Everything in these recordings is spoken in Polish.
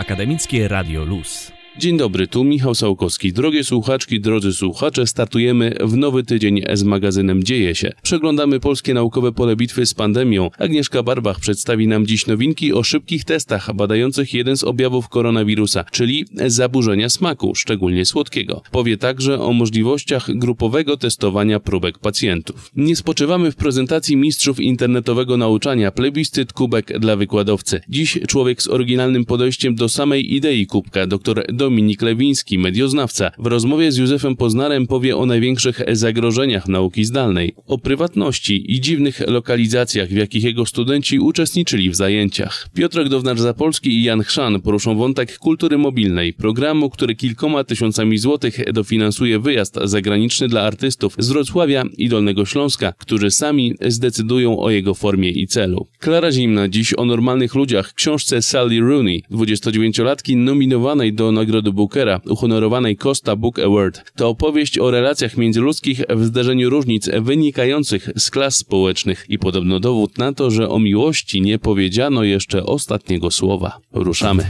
Akademickie Radio Luz. Dzień dobry, tu Michał Sałkowski. Drogie słuchaczki, drodzy słuchacze, startujemy w nowy tydzień z magazynem Dzieje się. Przeglądamy polskie naukowe pole bitwy z pandemią. Agnieszka Barbach przedstawi nam dziś nowinki o szybkich testach badających jeden z objawów koronawirusa, czyli zaburzenia smaku, szczególnie słodkiego. Powie także o możliwościach grupowego testowania próbek pacjentów. Nie spoczywamy w prezentacji mistrzów internetowego nauczania, plebiscyt kubek dla wykładowcy. Dziś człowiek z oryginalnym podejściem do samej idei kubka, dr Dominik Lewiński, medioznawca, w rozmowie z Józefem Poznarem powie o największych zagrożeniach nauki zdalnej, o prywatności i dziwnych lokalizacjach, w jakich jego studenci uczestniczyli w zajęciach. Piotrek Downarz-Zapolski i Jan Chrzan poruszą wątek kultury mobilnej, programu, który kilkoma tysiącami złotych dofinansuje wyjazd zagraniczny dla artystów z Wrocławia i Dolnego Śląska, którzy sami zdecydują o jego formie i celu. Klara Zimna dziś o normalnych ludziach, książce Sally Rooney, 29-latki nominowanej do Nagrody Bookera, uhonorowanej Costa Book Award. To opowieść o relacjach międzyludzkich w zderzeniu różnic wynikających z klas społecznych i podobno dowód na to, że o miłości nie powiedziano jeszcze ostatniego słowa. Ruszamy.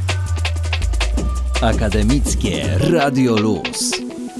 Akademickie Radio Luz.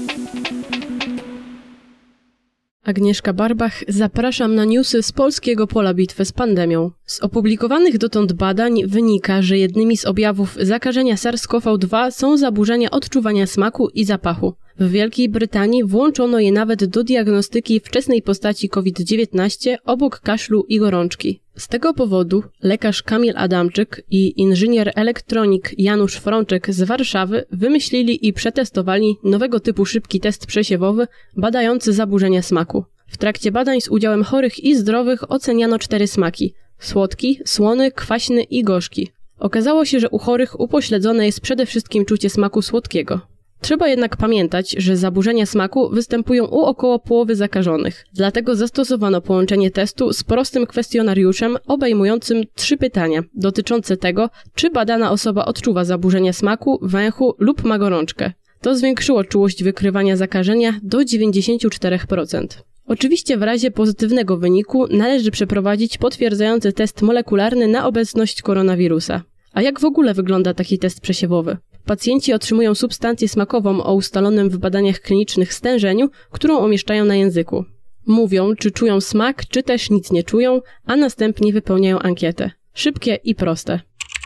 Agnieszka Barbach, zapraszam na newsy z polskiego pola bitwy z pandemią. Z opublikowanych dotąd badań wynika, że jednymi z objawów zakażenia SARS-CoV-2 są zaburzenia odczuwania smaku i zapachu. W Wielkiej Brytanii włączono je nawet do diagnostyki wczesnej postaci COVID-19 obok kaszlu i gorączki. Z tego powodu lekarz Kamil Adamczyk i inżynier elektronik Janusz Frączek z Warszawy wymyślili i przetestowali nowego typu szybki test przesiewowy badający zaburzenia smaku. W trakcie badań z udziałem chorych i zdrowych oceniano 4 smaki: słodki, słony, kwaśny i gorzki. Okazało się, że u chorych upośledzone jest przede wszystkim czucie smaku słodkiego. Trzeba jednak pamiętać, że zaburzenia smaku występują u około połowy zakażonych. Dlatego zastosowano połączenie testu z prostym kwestionariuszem obejmującym 3 pytania dotyczące tego, czy badana osoba odczuwa zaburzenia smaku, węchu lub ma gorączkę. To zwiększyło czułość wykrywania zakażenia do 94%. Oczywiście w razie pozytywnego wyniku należy przeprowadzić potwierdzający test molekularny na obecność koronawirusa. A jak w ogóle wygląda taki test przesiewowy? Pacjenci otrzymują substancję smakową o ustalonym w badaniach klinicznych stężeniu, którą umieszczają na języku. Mówią, czy czują smak, czy też nic nie czują, a następnie wypełniają ankietę. Szybkie i proste.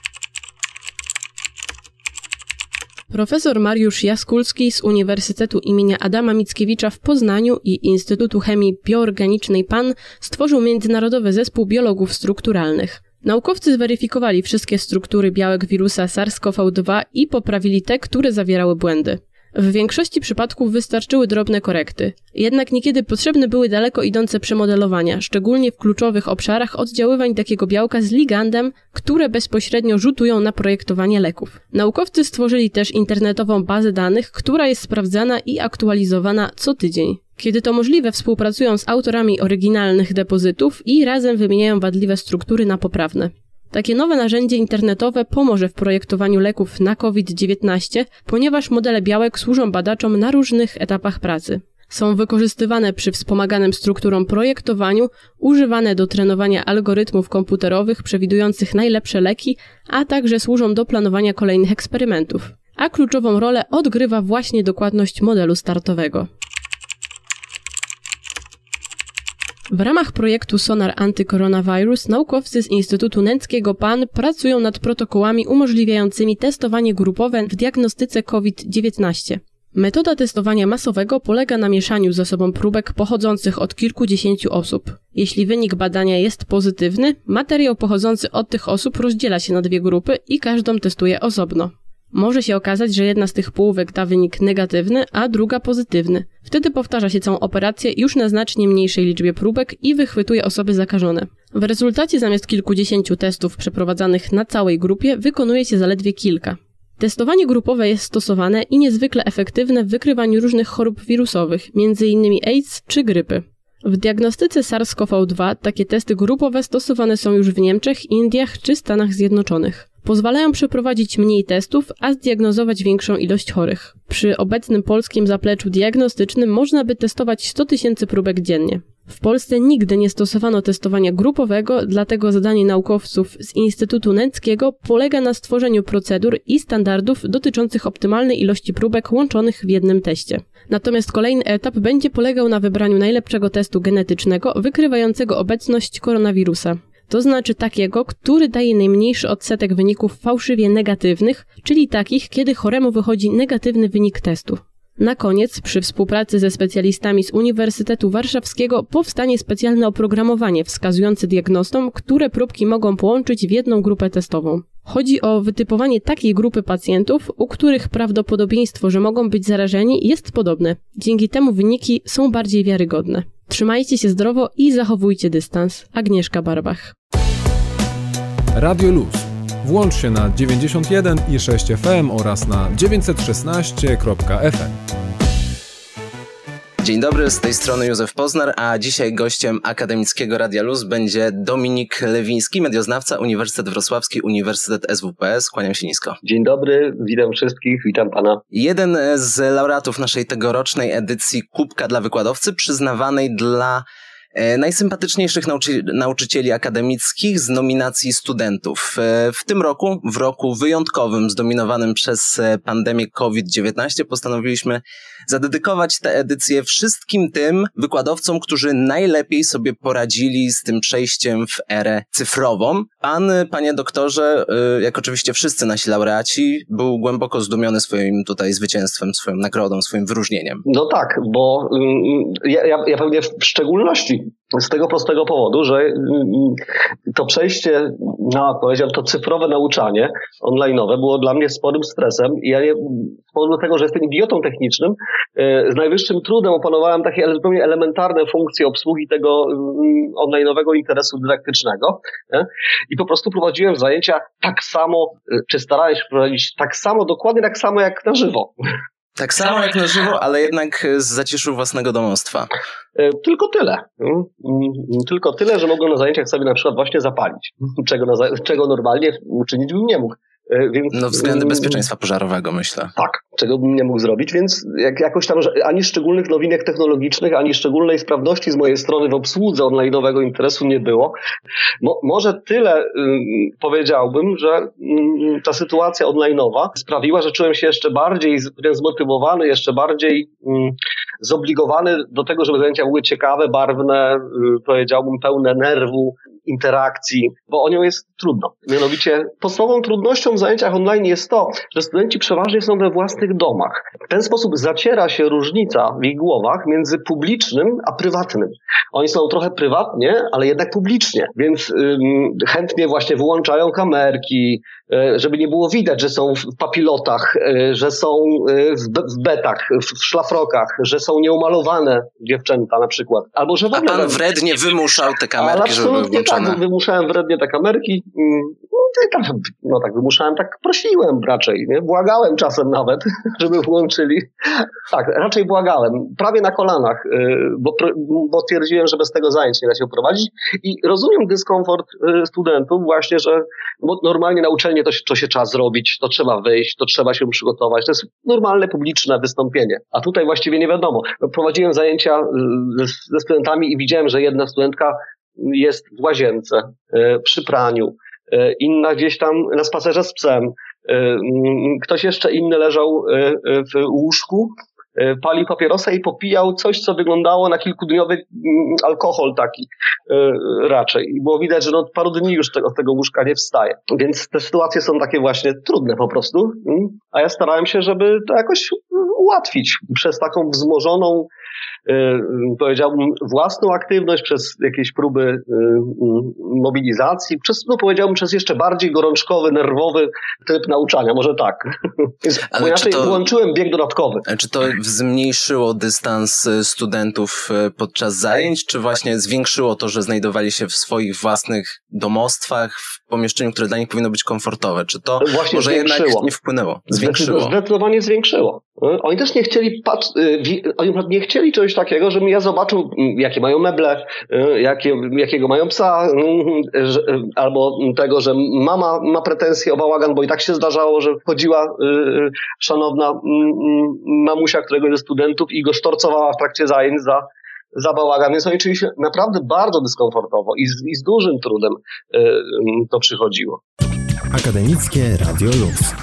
Profesor Mariusz Jaskulski z Uniwersytetu imienia Adama Mickiewicza w Poznaniu i Instytutu Chemii Bioorganicznej PAN stworzył międzynarodowy zespół biologów strukturalnych. Naukowcy zweryfikowali wszystkie struktury białek wirusa SARS-CoV-2 i poprawili te, które zawierały błędy. W większości przypadków wystarczyły drobne korekty. Jednak niekiedy potrzebne były daleko idące przemodelowania, szczególnie w kluczowych obszarach oddziaływań takiego białka z ligandem, które bezpośrednio rzutują na projektowanie leków. Naukowcy stworzyli też internetową bazę danych, która jest sprawdzana i aktualizowana co tydzień. Kiedy to możliwe, współpracują z autorami oryginalnych depozytów i razem wymieniają wadliwe struktury na poprawne. Takie nowe narzędzie internetowe pomoże w projektowaniu leków na COVID-19, ponieważ modele białek służą badaczom na różnych etapach pracy. Są wykorzystywane przy wspomaganym strukturom projektowaniu, używane do trenowania algorytmów komputerowych przewidujących najlepsze leki, a także służą do planowania kolejnych eksperymentów. A kluczową rolę odgrywa właśnie dokładność modelu startowego. W ramach projektu Sonar Anty-Coronavirus naukowcy z Instytutu Nęckiego PAN pracują nad protokołami umożliwiającymi testowanie grupowe w diagnostyce COVID-19. Metoda testowania masowego polega na mieszaniu ze sobą próbek pochodzących od kilkudziesięciu osób. Jeśli wynik badania jest pozytywny, materiał pochodzący od tych osób rozdziela się na 2 grupy i każdą testuje osobno. Może się okazać, że jedna z tych półek da wynik negatywny, a druga pozytywny. Wtedy powtarza się całą operację już na znacznie mniejszej liczbie próbek i wychwytuje osoby zakażone. W rezultacie zamiast kilkudziesięciu testów przeprowadzanych na całej grupie wykonuje się zaledwie kilka. Testowanie grupowe jest stosowane i niezwykle efektywne w wykrywaniu różnych chorób wirusowych, m.in. AIDS czy grypy. W diagnostyce SARS-CoV-2 takie testy grupowe stosowane są już w Niemczech, Indiach czy Stanach Zjednoczonych. Pozwalają przeprowadzić mniej testów, a zdiagnozować większą ilość chorych. Przy obecnym polskim zapleczu diagnostycznym można by testować 100 000 próbek dziennie. W Polsce nigdy nie stosowano testowania grupowego, dlatego zadanie naukowców z Instytutu Nęckiego polega na stworzeniu procedur i standardów dotyczących optymalnej ilości próbek łączonych w jednym teście. Natomiast kolejny etap będzie polegał na wybraniu najlepszego testu genetycznego wykrywającego obecność koronawirusa. To znaczy takiego, który daje najmniejszy odsetek wyników fałszywie negatywnych, czyli takich, kiedy choremu wychodzi negatywny wynik testu. Na koniec, przy współpracy ze specjalistami z Uniwersytetu Warszawskiego powstanie specjalne oprogramowanie wskazujące diagnostom, które próbki mogą połączyć w jedną grupę testową. Chodzi o wytypowanie takiej grupy pacjentów, u których prawdopodobieństwo, że mogą być zarażeni, jest podobne. Dzięki temu wyniki są bardziej wiarygodne. Trzymajcie się zdrowo i zachowujcie dystans. Agnieszka Barbach. Radio Luz. Włącz się na 91,6 FM oraz na 916.fm. Dzień dobry, z tej strony Józef Poznar, a dzisiaj gościem Akademickiego Radia Luz będzie Dominik Lewiński, medioznawca, Uniwersytet Wrocławski, Uniwersytet SWPS. Kłaniam się nisko. Dzień dobry, witam wszystkich, witam pana. Jeden z laureatów naszej tegorocznej edycji Kubka dla Wykładowcy, przyznawanej dla najsympatyczniejszych nauczycieli akademickich z nominacji studentów. W tym roku, w roku wyjątkowym, zdominowanym przez pandemię COVID-19, postanowiliśmy zadedykować tę edycję wszystkim tym wykładowcom, którzy najlepiej sobie poradzili z tym przejściem w erę cyfrową. Pan, panie doktorze, jak oczywiście wszyscy nasi laureaci, był głęboko zdumiony swoim tutaj zwycięstwem, swoją nagrodą, swoim wyróżnieniem. No tak, bo ja pewnie w szczególności z tego prostego powodu, że to przejście na, powiedziałem, to cyfrowe nauczanie online'owe było dla mnie sporym stresem i ja z powodu tego, że jestem idiotą technicznym, z najwyższym trudem opanowałem takie zupełnie elementarne funkcje obsługi tego online'owego interesu dydaktycznego, nie? I po prostu prowadziłem zajęcia tak samo, czy starałem się prowadzić tak samo, dokładnie tak samo jak na żywo. Tak samo jak na żywo, ale jednak z zaciszu własnego domostwa. Tylko tyle. Tylko tyle, że mogłem na zajęciach sobie na przykład właśnie zapalić, czego normalnie uczynić bym nie mógł. Więc, względy bezpieczeństwa pożarowego, myślę. Tak, czego bym nie mógł zrobić, więc jakoś tam ani szczególnych nowinek technologicznych, ani szczególnej sprawności z mojej strony w obsłudze online'owego interesu nie było. Może tyle powiedziałbym, że ta sytuacja online'owa sprawiła, że czułem się jeszcze bardziej zmotywowany, jeszcze bardziej zobligowany do tego, żeby zajęcia były ciekawe, barwne, powiedziałbym pełne nerwu, interakcji, bo o nią jest trudno. Mianowicie podstawową trudnością w zajęciach online jest to, że studenci przeważnie są we własnych domach. W ten sposób zaciera się różnica w ich głowach między publicznym a prywatnym. Oni są trochę prywatnie, ale jednak publicznie, więc chętnie właśnie wyłączają kamerki, żeby nie było widać, że są w papilotach, że są w betach, w szlafrokach, że są nieumalowane dziewczęta na przykład. Albo że w ogóle... A pan wrednie wymuszał te kamerki, żeby były włączone? Tak, wymuszałem wrednie te kamerki. No tak, wymuszałem, tak prosiłem raczej, nie? Błagałem czasem nawet, żeby włączyli. Tak, raczej błagałem, prawie na kolanach, bo twierdziłem, że bez tego zajęć nie da się prowadzić i rozumiem dyskomfort studentów właśnie, że normalnie na uczelni to się trzeba zrobić, to trzeba wyjść, to trzeba się przygotować, to jest normalne, publiczne wystąpienie, a tutaj właściwie nie wiadomo. Prowadziłem zajęcia ze studentami i widziałem, że jedna studentka jest w łazience, przy praniu, inna gdzieś tam na spacerze z psem, ktoś jeszcze inny leżał w łóżku, pali papierosa i popijał coś, co wyglądało na kilkudniowy alkohol taki raczej. I było widać, że od paru dni już od tego łóżka nie wstaje. Więc te sytuacje są takie właśnie trudne po prostu. A ja starałem się, żeby to jakoś ułatwić przez taką wzmożoną, powiedziałbym, własną aktywność, przez jakieś próby mobilizacji, powiedziałbym, przez jeszcze bardziej gorączkowy, nerwowy tryb nauczania, może tak. Bo inaczej włączyłem bieg dodatkowy. Czy to zmniejszyło dystans studentów podczas zajęć, czy właśnie zwiększyło to, że znajdowali się w swoich własnych domostwach, w pomieszczeniu, które dla nich powinno być komfortowe? Czy to właśnie może jednak nie wpłynęło? Zwiększyło. Zdecydowanie zwiększyło. Oni też nie chcieli nie chcieli czegoś takiego, żebym ja zobaczył, jakie mają meble, jakiego mają psa, albo tego, że mama ma pretensje o bałagan, bo i tak się zdarzało, że wchodziła szanowna mamusia któregoś ze studentów i go sztorcowała w trakcie zajęć za za bałagan, więc oni czuli się naprawdę bardzo dyskomfortowo i z dużym trudem to przychodziło. Akademickie Radio Luz.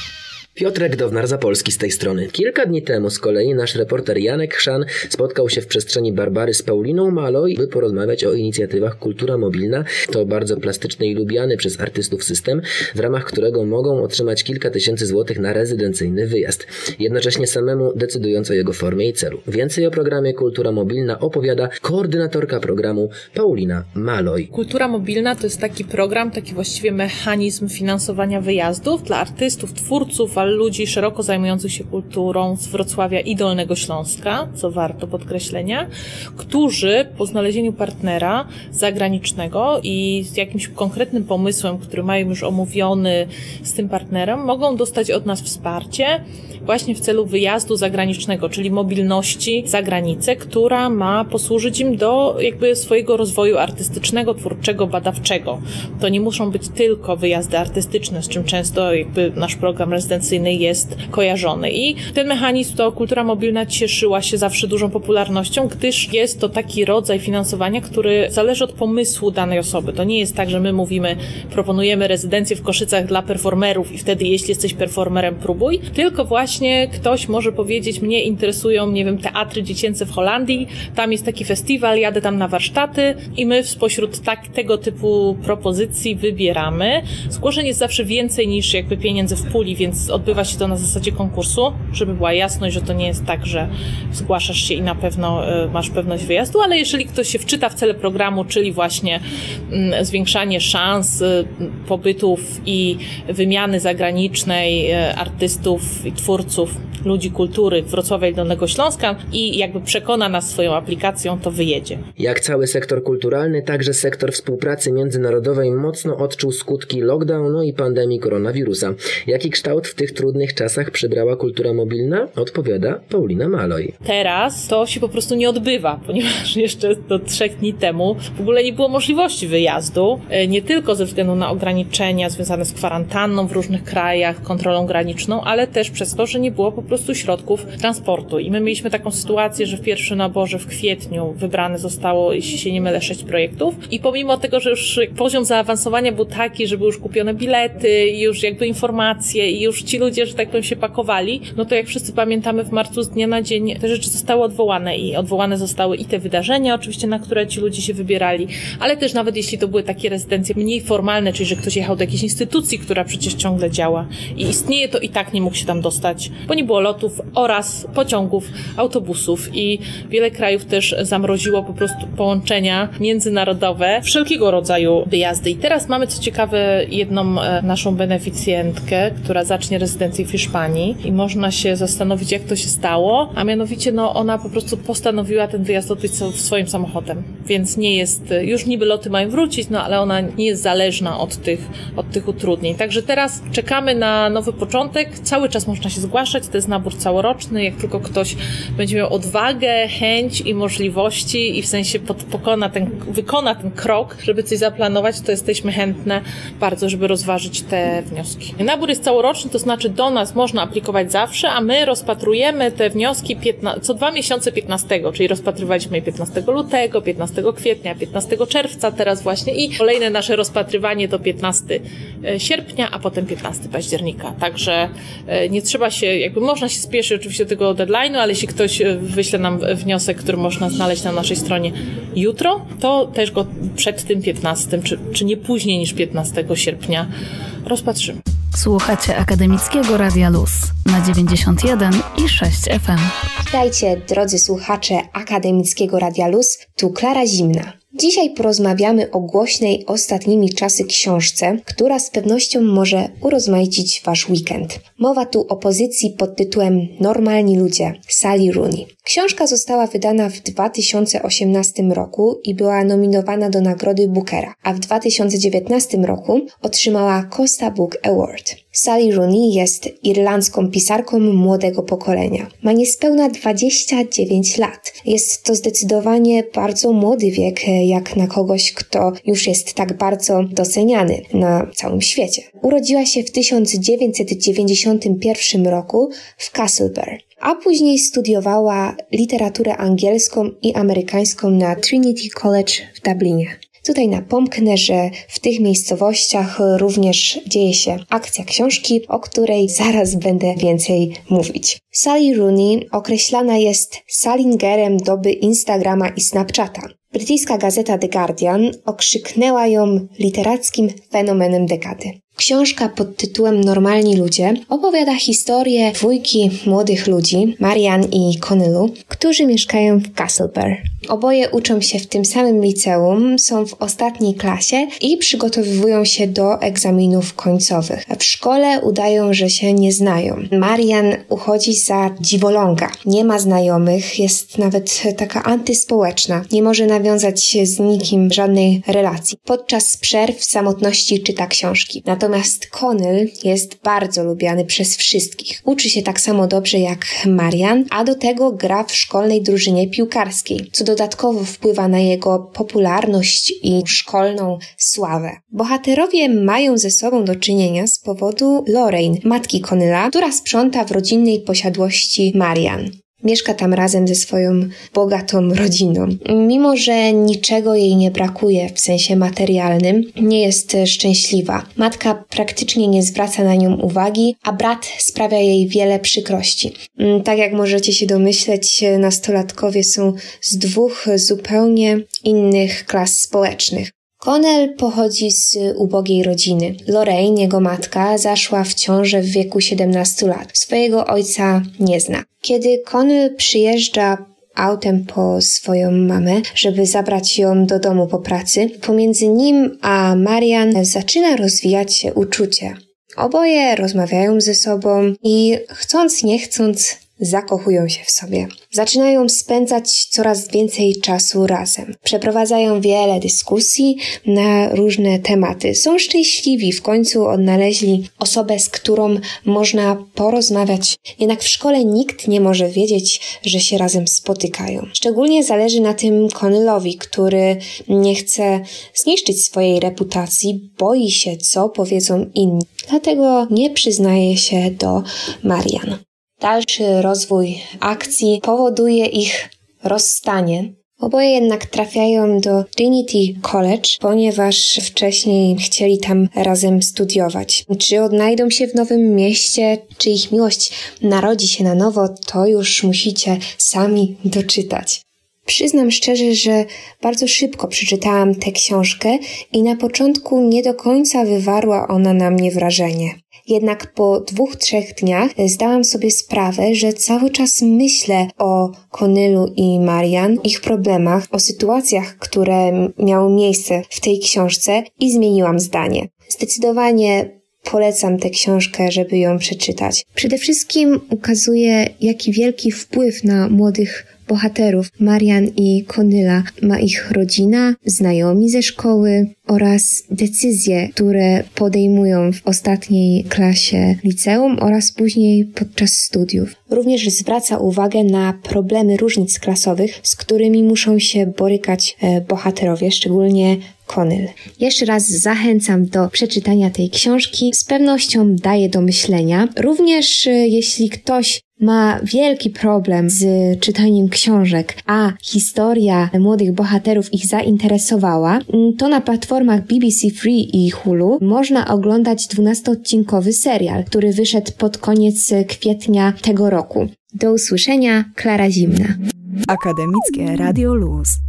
Piotrek Downar-Zapolski z tej strony. Kilka dni temu z kolei nasz reporter Janek Chrzan spotkał się w przestrzeni Barbary z Pauliną Maloj, by porozmawiać o inicjatywach Kultura Mobilna. To bardzo plastyczny i lubiany przez artystów system, w ramach którego mogą otrzymać kilka tysięcy złotych na rezydencyjny wyjazd. Jednocześnie samemu decydując o jego formie i celu. Więcej o programie Kultura Mobilna opowiada koordynatorka programu Paulina Maloj. Kultura Mobilna to jest taki program, taki właściwie mechanizm finansowania wyjazdów dla artystów, twórców, ale ludzi szeroko zajmujących się kulturą z Wrocławia i Dolnego Śląska, co warto podkreślenia, którzy po znalezieniu partnera zagranicznego i z jakimś konkretnym pomysłem, który mają już omówiony z tym partnerem, mogą dostać od nas wsparcie właśnie w celu wyjazdu zagranicznego, czyli mobilności za granicę, która ma posłużyć im do jakby swojego rozwoju artystycznego, twórczego, badawczego. To nie muszą być tylko wyjazdy artystyczne, z czym często jakby nasz program rezydencyjny jest kojarzony. I ten mechanizm, to Kultura Mobilna cieszyła się zawsze dużą popularnością, gdyż jest to taki rodzaj finansowania, który zależy od pomysłu danej osoby. To nie jest tak, że my mówimy, proponujemy rezydencję w Koszycach dla performerów i wtedy jeśli jesteś performerem, próbuj, tylko właśnie ktoś może powiedzieć, mnie interesują, nie wiem, teatry dziecięce w Holandii, tam jest taki festiwal, jadę tam na warsztaty i my spośród tego typu propozycji wybieramy. Zgłoszeń jest zawsze więcej niż jakby pieniędzy w puli, więc odbywa się to na zasadzie konkursu, żeby była jasność, że to nie jest tak, że zgłaszasz się i na pewno masz pewność wyjazdu, ale jeżeli ktoś się wczyta w cele programu, czyli właśnie zwiększanie szans pobytów i wymiany zagranicznej artystów i twórców, ludzi kultury Wrocławia i Dolnego Śląska i jakby przekona nas swoją aplikacją, to wyjedzie. Jak cały sektor kulturalny, także sektor współpracy międzynarodowej mocno odczuł skutki lockdownu i pandemii koronawirusa. Jaki kształt w tych trudnych czasach przybrała Kultura Mobilna? Odpowiada Paulina Maloj. Teraz to się po prostu nie odbywa, ponieważ jeszcze do 3 dni temu w ogóle nie było możliwości wyjazdu, nie tylko ze względu na ograniczenia związane z kwarantanną w różnych krajach, kontrolą graniczną, ale też przez to, że nie było po prostu środków transportu. I my mieliśmy taką sytuację, że w pierwszym naborze w kwietniu wybrane zostało, jeśli się nie mylę, 6 projektów i pomimo tego, że już poziom zaawansowania był taki, że były już kupione bilety i już jakby informacje i już ci ludzie, że tak powiem, się pakowali, no to jak wszyscy pamiętamy, w marcu z dnia na dzień te rzeczy zostały odwołane i odwołane zostały i te wydarzenia oczywiście, na które ci ludzie się wybierali, ale też nawet jeśli to były takie rezydencje mniej formalne, czyli że ktoś jechał do jakiejś instytucji, która przecież ciągle działa i istnieje, to i tak nie mógł się tam dostać, bo nie było lotów oraz pociągów, autobusów i wiele krajów też zamroziło po prostu połączenia międzynarodowe, wszelkiego rodzaju wyjazdy. I teraz mamy, co ciekawe, jedną naszą beneficjentkę, która zacznie rezydencję w Hiszpanii i można się zastanowić, jak to się stało, a mianowicie ona po prostu postanowiła ten wyjazd odbyć swoim samochodem, więc nie jest, już niby loty mają wrócić, ale ona nie jest zależna od tych utrudnień. Także teraz czekamy na nowy początek, cały czas można się zgłaszać, to jest nabór całoroczny, jak tylko ktoś będzie miał odwagę, chęć i możliwości i w sensie wykona ten krok, żeby coś zaplanować, to jesteśmy chętne bardzo, żeby rozważyć te wnioski. Nabór jest całoroczny, to znaczy do nas można aplikować zawsze, a my rozpatrujemy te wnioski co 2 miesiące 15, czyli rozpatrywaliśmy je 15 lutego, 15 kwietnia, 15 czerwca teraz właśnie i kolejne nasze rozpatrywanie to 15 sierpnia, a potem 15 października. Także nie trzeba się, można się spieszyć oczywiście do tego deadline'u, ale jeśli ktoś wyśle nam wniosek, który można znaleźć na naszej stronie jutro, to też go przed tym 15, czy nie później niż 15 sierpnia rozpatrzymy. Słuchacie Akademickiego Radia Luz na 91,6 FM. Witajcie, drodzy słuchacze Akademickiego Radia Luz, tu Klara Zimna. Dzisiaj porozmawiamy o głośnej ostatnimi czasy książce, która z pewnością może urozmaicić wasz weekend. Mowa tu o pozycji pod tytułem Normalni ludzie Sally Rooney. Książka została wydana w 2018 roku i była nominowana do nagrody Bookera, a w 2019 roku otrzymała Costa Book Award. Sally Rooney jest irlandzką pisarką młodego pokolenia. Ma niespełna 29 lat. Jest to zdecydowanie bardzo młody wiek, jak na kogoś, kto już jest tak bardzo doceniany na całym świecie. Urodziła się w 1991 roku w Castlebar. a później studiowała literaturę angielską i amerykańską na Trinity College w Dublinie. Tutaj napomknę, że w tych miejscowościach również dzieje się akcja książki, o której zaraz będę więcej mówić. Sally Rooney określana jest Salingerem doby Instagrama i Snapchata. Brytyjska gazeta The Guardian okrzyknęła ją literackim fenomenem dekady. Książka pod tytułem Normalni ludzie opowiada historię dwójki młodych ludzi, Marian i Connellu, którzy mieszkają w Castlebar. Oboje uczą się w tym samym liceum, są w ostatniej klasie i przygotowują się do egzaminów końcowych. W szkole udają, że się nie znają. Marian uchodzi za dziwoląga, nie ma znajomych, jest nawet taka antyspołeczna, nie może nawiązać z nikim żadnej relacji. Podczas przerw w samotności czyta książki. Natomiast Connell jest bardzo lubiany przez wszystkich. Uczy się tak samo dobrze jak Marian, a do tego gra w szkolnej drużynie piłkarskiej, co dodatkowo wpływa na jego popularność i szkolną sławę. Bohaterowie mają ze sobą do czynienia z powodu Lorraine, matki Connella, która sprząta w rodzinnej posiadłości Marian. Mieszka tam razem ze swoją bogatą rodziną. Mimo że niczego jej nie brakuje w sensie materialnym, nie jest szczęśliwa. Matka praktycznie nie zwraca na nią uwagi, a brat sprawia jej wiele przykrości. Tak jak możecie się domyśleć, nastolatkowie są z dwóch zupełnie innych klas społecznych. Connell pochodzi z ubogiej rodziny. Lorraine, jego matka, zaszła w ciążę w wieku 17 lat. Swojego ojca nie zna. Kiedy Connell przyjeżdża autem po swoją mamę, żeby zabrać ją do domu po pracy, pomiędzy nim a Marian zaczyna rozwijać się uczucie. Oboje rozmawiają ze sobą i chcąc nie chcąc zakochują się w sobie. Zaczynają spędzać coraz więcej czasu razem. Przeprowadzają wiele dyskusji na różne tematy. Są szczęśliwi, w końcu odnaleźli osobę, z którą można porozmawiać. Jednak w szkole nikt nie może wiedzieć, że się razem spotykają. Szczególnie zależy na tym Connellowi, który nie chce zniszczyć swojej reputacji, boi się, co powiedzą inni. Dlatego nie przyznaje się do Marian. Dalszy rozwój akcji powoduje ich rozstanie. Oboje jednak trafiają do Trinity College, ponieważ wcześniej chcieli tam razem studiować. Czy odnajdą się w nowym mieście, czy ich miłość narodzi się na nowo, to już musicie sami doczytać. Przyznam szczerze, że bardzo szybko przeczytałam tę książkę i na początku nie do końca wywarła ona na mnie wrażenie. Jednak po 2-3 dniach zdałam sobie sprawę, że cały czas myślę o Connellu i Marian, ich problemach, o sytuacjach, które miały miejsce w tej książce i zmieniłam zdanie. Zdecydowanie polecam tę książkę, żeby ją przeczytać. Przede wszystkim ukazuje, jaki wielki wpływ na młodych bohaterów Marian i Connella ma ich rodzina, znajomi ze szkoły oraz decyzje, które podejmują w ostatniej klasie liceum oraz później podczas studiów. Również zwraca uwagę na problemy różnic klasowych, z którymi muszą się borykać bohaterowie, szczególnie Connell. Jeszcze raz zachęcam do przeczytania tej książki. Z pewnością daje do myślenia. Również jeśli ktoś ma wielki problem z czytaniem książek, a historia młodych bohaterów ich zainteresowała, to na platformach BBC Free i Hulu można oglądać 12-odcinkowy serial, który wyszedł pod koniec kwietnia tego roku. Do usłyszenia, Klara Zimna. Akademickie Radio Luz.